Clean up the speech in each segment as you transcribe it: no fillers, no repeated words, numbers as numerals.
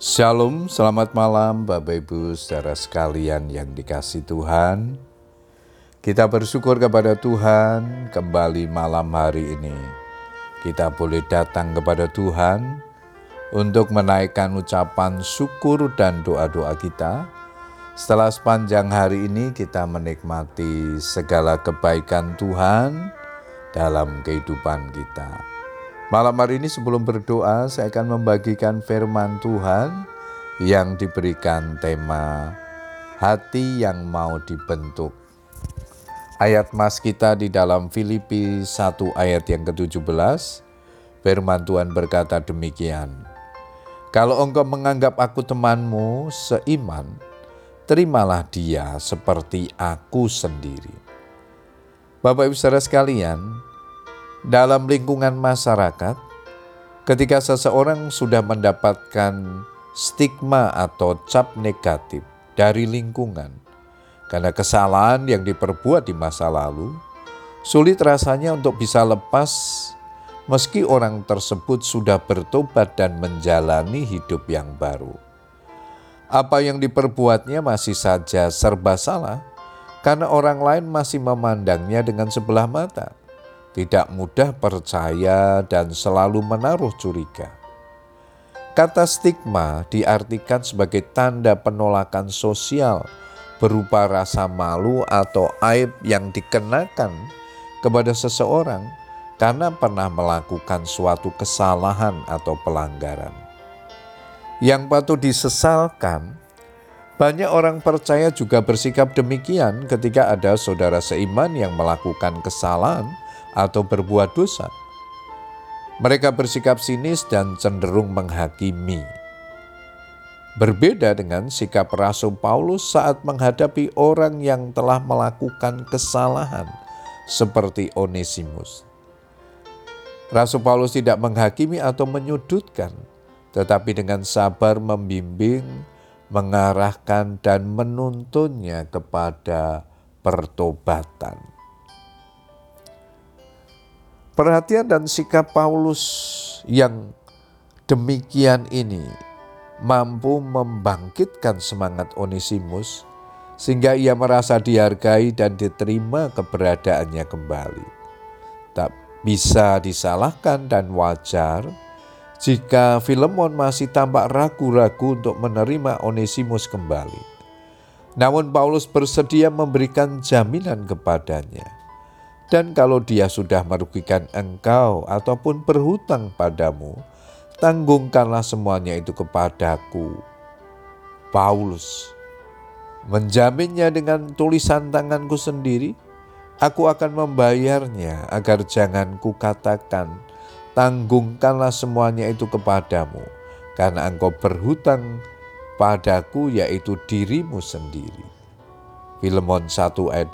Shalom, selamat malam Bapak Ibu saudara sekalian yang dikasihi Tuhan. Kita bersyukur kepada Tuhan kembali malam hari ini. Kita boleh datang kepada Tuhan untuk menaikkan ucapan syukur dan doa-doa kita. Setelah sepanjang hari ini kita menikmati segala kebaikan Tuhan dalam kehidupan kita. Malam hari ini sebelum berdoa, saya akan membagikan firman Tuhan yang diberikan tema hati yang mau dibentuk. Ayat mas kita di dalam Filipi 1 ayat yang ke-17, firman Tuhan berkata demikian. Kalau engkau menganggap aku temanmu seiman, terimalah dia seperti aku sendiri. Bapak Ibu saudara sekalian, dalam lingkungan masyarakat, ketika seseorang sudah mendapatkan stigma atau cap negatif dari lingkungan karena kesalahan yang diperbuat di masa lalu, sulit rasanya untuk bisa lepas meski orang tersebut sudah bertobat dan menjalani hidup yang baru. Apa yang diperbuatnya masih saja serba salah karena orang lain masih memandangnya dengan sebelah mata. Tidak mudah percaya dan selalu menaruh curiga. Kata stigma diartikan sebagai tanda penolakan sosial berupa rasa malu atau aib yang dikenakan kepada seseorang karena pernah melakukan suatu kesalahan atau pelanggaran. Yang patut disesalkan, banyak orang percaya juga bersikap demikian ketika ada saudara seiman yang melakukan kesalahan atau berbuat dosa. Mereka bersikap sinis dan cenderung menghakimi. Berbeda dengan sikap Rasul Paulus saat menghadapi orang yang telah melakukan kesalahan seperti Onesimus. Rasul Paulus tidak menghakimi atau menyudutkan, tetapi dengan sabar membimbing, mengarahkan dan menuntunnya kepada pertobatan. Perhatian dan sikap Paulus yang demikian ini mampu membangkitkan semangat Onesimus sehingga ia merasa dihargai dan diterima keberadaannya kembali. Tak bisa disalahkan dan wajar jika Filemon masih tampak ragu-ragu untuk menerima Onesimus kembali. Namun Paulus bersedia memberikan jaminan kepadanya. Dan kalau dia sudah merugikan engkau ataupun berhutang padamu, tanggungkanlah semuanya itu kepadaku. Paulus menjaminnya dengan tulisan tanganku sendiri, aku akan membayarnya agar jangan kukatakan, tanggungkanlah semuanya itu kepadamu, karena engkau berhutang padaku yaitu dirimu sendiri. Filemon 1 ayat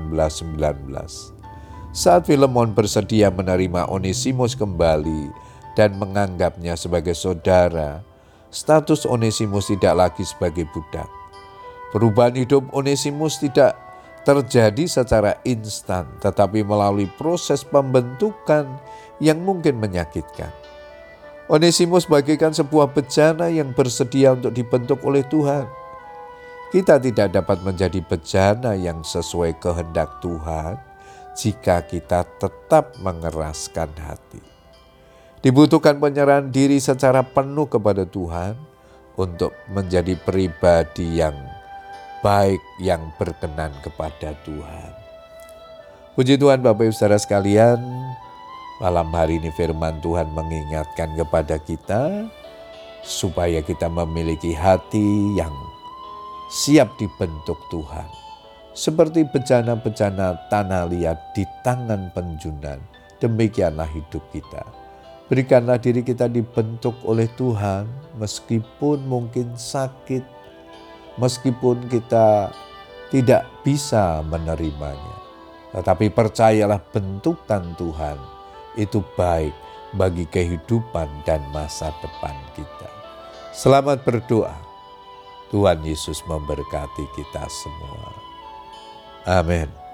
18-19. Saat Filemon bersedia menerima Onesimus kembali dan menganggapnya sebagai saudara, status Onesimus tidak lagi sebagai budak. Perubahan hidup Onesimus tidak terjadi secara instan, tetapi melalui proses pembentukan yang mungkin menyakitkan. Onesimus bagaikan sebuah bejana yang bersedia untuk dibentuk oleh Tuhan. Kita tidak dapat menjadi bejana yang sesuai kehendak Tuhan jika kita tetap mengeraskan hati. Dibutuhkan penyerahan diri secara penuh kepada Tuhan untuk menjadi pribadi yang baik yang berkenan kepada Tuhan. Puji Tuhan Bapak Ibu saudara sekalian, malam hari ini firman Tuhan mengingatkan kepada kita supaya kita memiliki hati yang siap dibentuk Tuhan. Seperti bejana-bejana tanah liat di tangan penjunan, demikianlah hidup kita. Berikanlah diri kita dibentuk oleh Tuhan, meskipun mungkin sakit, meskipun kita tidak bisa menerimanya. Tetapi percayalah bentukan Tuhan itu baik bagi kehidupan dan masa depan kita. Selamat berdoa. Tuhan Yesus memberkati kita semua. Amin.